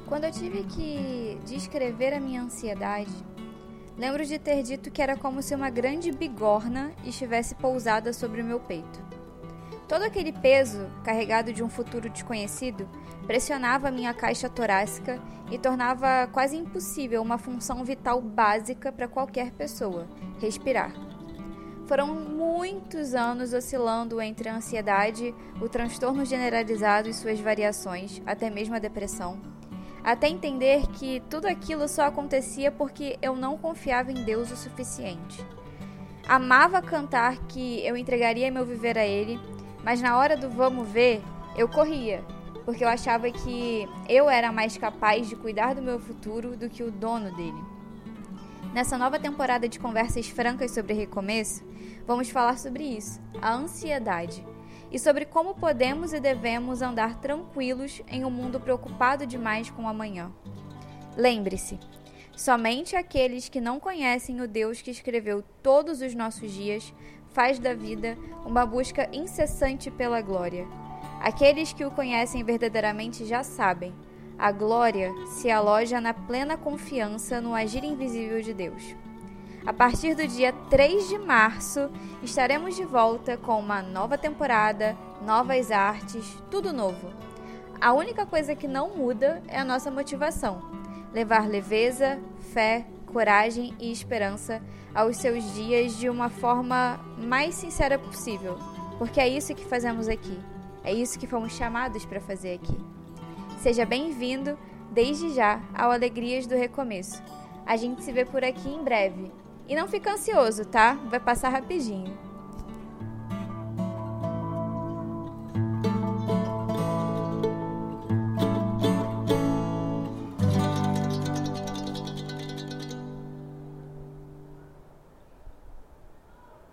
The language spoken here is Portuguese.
Quando eu tive que descrever a minha ansiedade, lembro de ter dito que era como se uma grande bigorna estivesse pousada sobre o meu peito. Todo aquele peso, carregado de um futuro desconhecido, pressionava a minha caixa torácica e tornava quase impossível uma função vital básica para qualquer pessoa: respirar. Foram muitos anos oscilando entre a ansiedade, o transtorno generalizado e suas variações, até mesmo a depressão, até entender que tudo aquilo só acontecia porque eu não confiava em Deus o suficiente. Amava cantar que eu entregaria meu viver a Ele, mas na hora do vamos ver, eu corria, porque eu achava que eu era mais capaz de cuidar do meu futuro do que o dono dele. Nessa nova temporada de Conversas Francas sobre Recomeço, vamos falar sobre isso, a ansiedade, e sobre como podemos e devemos andar tranquilos em um mundo preocupado demais com o amanhã. Lembre-se, somente aqueles que não conhecem o Deus que escreveu todos os nossos dias faz da vida uma busca incessante pela glória. Aqueles que o conhecem verdadeiramente já sabem. A glória se aloja na plena confiança no agir invisível de Deus. A partir do dia 3 de março, estaremos de volta com uma nova temporada, novas artes, tudo novo. A única coisa que não muda é a nossa motivação: levar leveza, fé, coragem e esperança aos seus dias de uma forma mais sincera possível, porque é isso que fazemos aqui, é isso que fomos chamados para fazer aqui. Seja bem-vindo, desde já, ao Alegrias do Recomeço. A gente se vê por aqui em breve. E não fica ansioso, tá? Vai passar rapidinho.